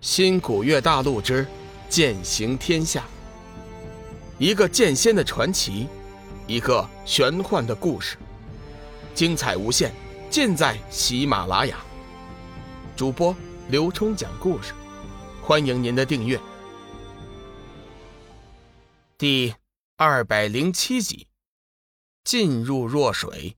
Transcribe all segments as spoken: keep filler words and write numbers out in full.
新古月大陆之剑行天下，一个剑仙的传奇，一个玄幻的故事，精彩无限，尽在喜马拉雅。主播刘冲讲故事，欢迎您的订阅。第二百零七集，进入弱水。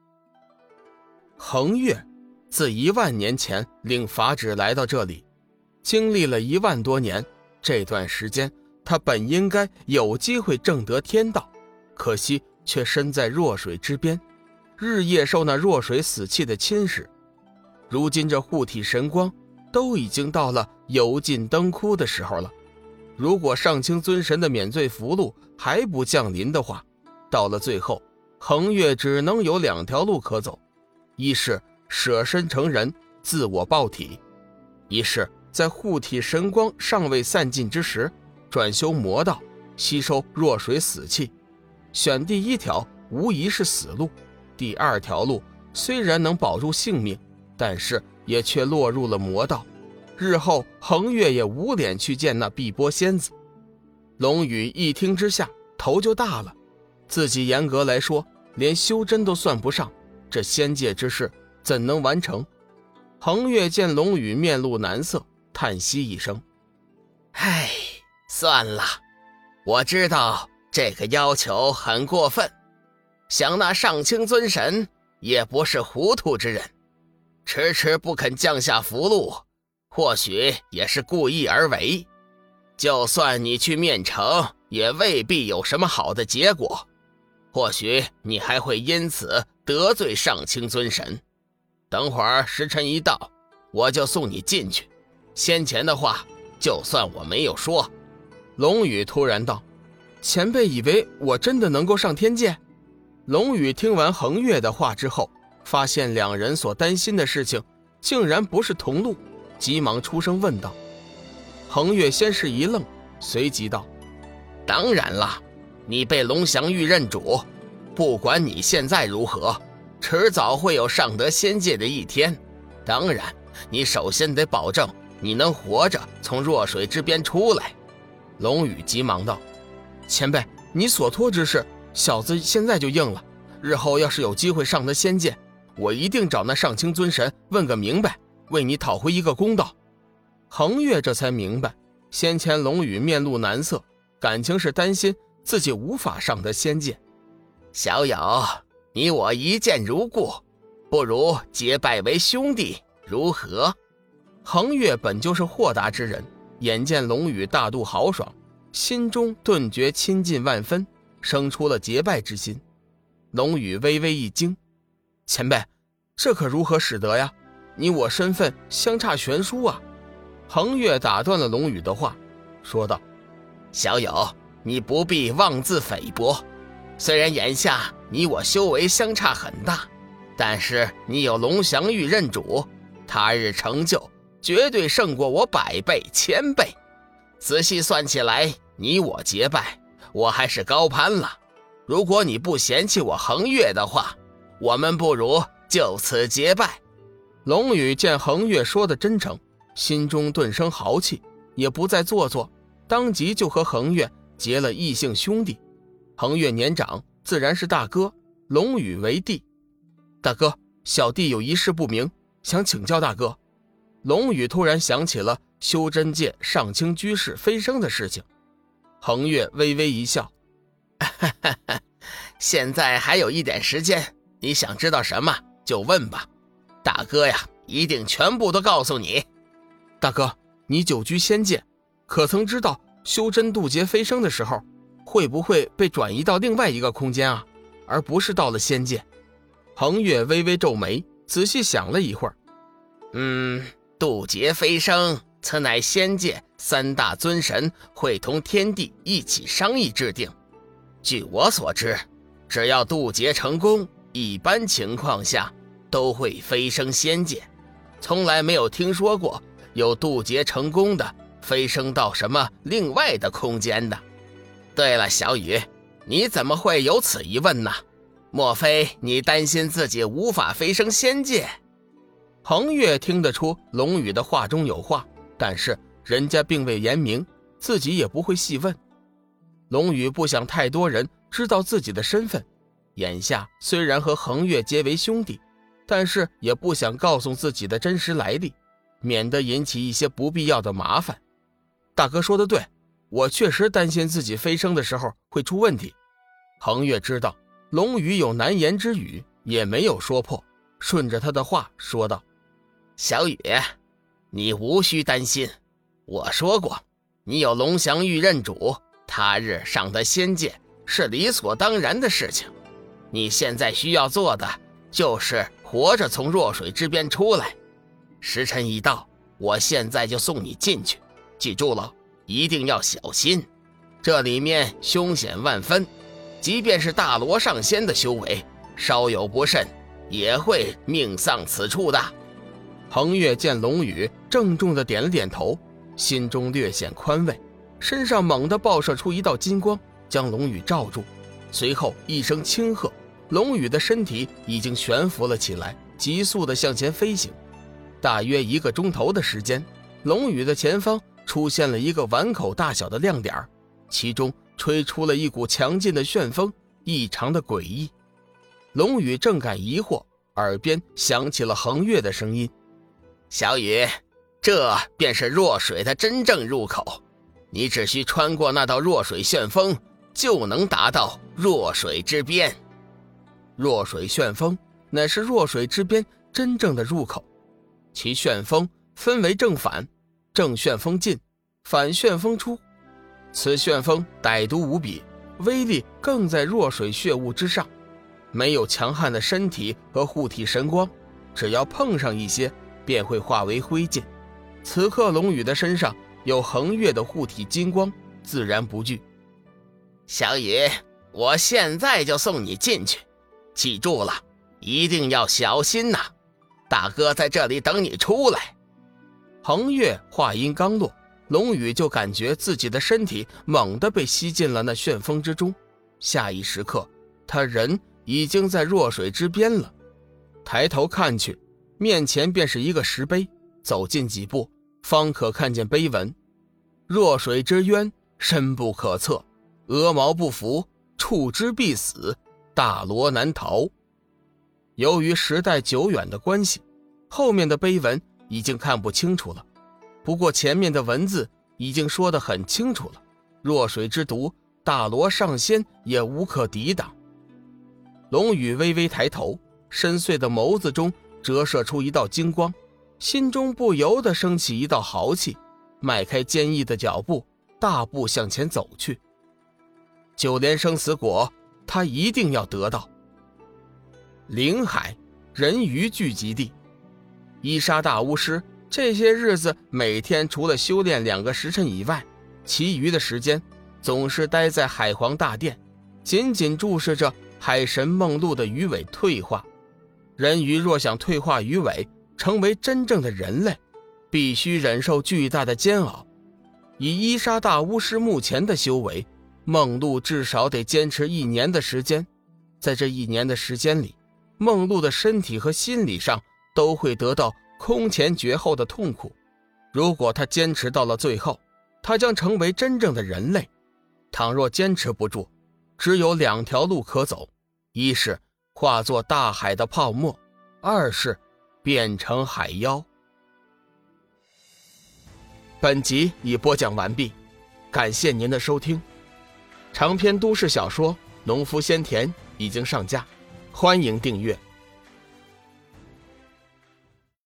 恒月自一万年前领法旨来到这里，经历了一万多年，这段时间他本应该有机会证得天道，可惜却身在弱水之边，日夜受那弱水死气的侵蚀。如今这护体神光都已经到了油尽灯枯的时候了，如果上清尊神的免罪符箓还不降临的话，到了最后恒月只能有两条路可走，一是舍身成人自我爆体，一是在护体神光尚未散尽之时转修魔道，吸收弱水死气。选第一条无疑是死路，第二条路虽然能保住性命，但是也却落入了魔道，日后恒月也无脸去见那碧波仙子。龙宇一听之下头就大了，自己严格来说连修真都算不上，这仙界之事怎能完成？恒月见龙宇面露难色，叹息一声： 唉，算了，我知道这个要求很过分，想那上清尊神也不是糊涂之人，迟迟不肯降下符箓，或许也是故意而为。就算你去面城，也未必有什么好的结果，或许你还会因此得罪上清尊神。等会儿时辰一到，我就送你进去，先前的话就算我没有说。 龙宇突然道：前辈以为我真的能够上天界？龙宇听完恒月的话之后，发现两人所担心的事情竟然不是同路，急忙出声问道。恒月先是一愣，随即道： 当然了，你被龙翔玉认主，不管你现在如何，迟早会有上得仙界的一天。当然你首先得保证你能活着从弱水之边出来。 龙宇急忙道：前辈，你所托之事小子现在就应了，日后要是有机会上得仙界，我一定找那上清尊神问个明白，为你讨回一个公道。恒月这才明白，先前龙宇面露难色，感情是担心自己无法上得仙界。 小友，你我一见如故，不如结拜为兄弟，如何？ 恒月本就是豁达之人，眼见龙宇大度豪爽，心中顿觉亲近万分，生出了结拜之心。龙宇微微一惊：前辈，这可如何使得呀？你我身份相差悬殊啊！恒月打断了龙宇的话，说道： 小友，你不必妄自菲薄，虽然眼下你我修为相差很大，但是你有龙翔玉认主，他日成就绝对胜过我百倍千倍。仔细算起来，你我结拜，我还是高攀了。如果你不嫌弃我恒月的话，我们不如就此结拜。 龙宇见恒月说的真诚，心中顿生豪气，也不再做作，当即就和恒月结了异姓兄弟。恒月年长，自然是大哥，龙宇为弟。大哥，小弟有一事不明，想请教大哥。龙宇突然想起了修真界上清居士飞升的事情。恒月微微一笑： 现在还有一点时间，你想知道什么就问吧，大哥呀，一定全部都告诉你。 大哥，你久居仙界，可曾知道修真渡劫飞升的时候，会不会被转移到另外一个空间啊，而不是到了仙界？恒月微微皱眉，仔细想了一会儿。 嗯，渡劫飞升，此乃仙界三大尊神会同天地一起商议制定。据我所知，只要渡劫成功，一般情况下都会飞升仙界，从来没有听说过有渡劫成功的飞升到什么另外的空间的。对了，小雨，你怎么会有此疑问呢？莫非你担心自己无法飞升仙界？ 恒月听得出龙宇的话中有话，但是人家并未言明，自己也不会细问。龙宇不想太多人知道自己的身份，眼下虽然和恒月结为兄弟，但是也不想告诉自己的真实来历，免得引起一些不必要的麻烦。大哥说的对，我确实担心自己飞升的时候会出问题。恒月知道龙宇有难言之语，也没有说破，顺着他的话说道： 小雨，你无需担心，我说过，你有龙翔玉认主，他日上得仙界是理所当然的事情。你现在需要做的就是活着从弱水之边出来。时辰已到，我现在就送你进去，记住了，一定要小心，这里面凶险万分，即便是大罗上仙的修为，稍有不慎也会命丧此处的。 恒月见龙宇郑重地点了点头，心中略显宽慰，身上猛地爆射出一道金光，将龙宇罩住。随后一声轻喝，龙宇的身体已经悬浮了起来，急速地向前飞行。大约一个钟头的时间，龙宇的前方出现了一个碗口大小的亮点，其中吹出了一股强劲的旋风，异常的诡异。龙宇正感疑惑，耳边响起了恒月的声音： 小雨，这便是弱水的真正入口，你只需穿过那道弱水旋风，就能达到弱水之边。 弱水旋风乃是弱水之边真正的入口，其旋风分为正反，正旋风进，反旋风出。此旋风歹毒无比，威力更在弱水血雾之上，没有强悍的身体和护体神光，只要碰上一些便会化为灰烬。此刻龙宇的身上有恒月的护体金光，自然不惧。 小雨，我现在就送你进去，记住了，一定要小心呐！大哥在这里等你出来。 恒月话音刚落，龙宇就感觉自己的身体猛地被吸进了那旋风之中，下一时刻他人已经在弱水之边了。抬头看去，面前便是一个石碑，走近几步方可看见碑文：弱水之渊，深不可测，鹅毛不服，触之必死，大罗难逃。由于时代久远的关系，后面的碑文已经看不清楚了，不过前面的文字已经说得很清楚了，弱水之毒，大罗上仙也无可抵挡。龙宇微微抬头，深邃的眸子中折射出一道金光，心中不由得升起一道豪气，迈开坚毅的脚步，大步向前走去。九莲生死果，他一定要得到。灵海，人鱼聚集地。伊莎大巫师这些日子每天除了修炼两个时辰以外，其余的时间总是待在海皇大殿，紧紧注视着海神梦露的鱼尾退化。人鱼若想退化鱼尾，成为真正的人类，必须忍受巨大的煎熬。以伊莎大巫师目前的修为，梦露至少得坚持一年的时间。在这一年的时间里，梦露的身体和心理上都会得到空前绝后的痛苦。如果他坚持到了最后，他将成为真正的人类。倘若坚持不住，只有两条路可走，一是化作大海的泡沫，二是变成海妖。本集已播讲完毕，感谢您的收听。长篇都市小说《农夫先田》已经上架，欢迎订阅。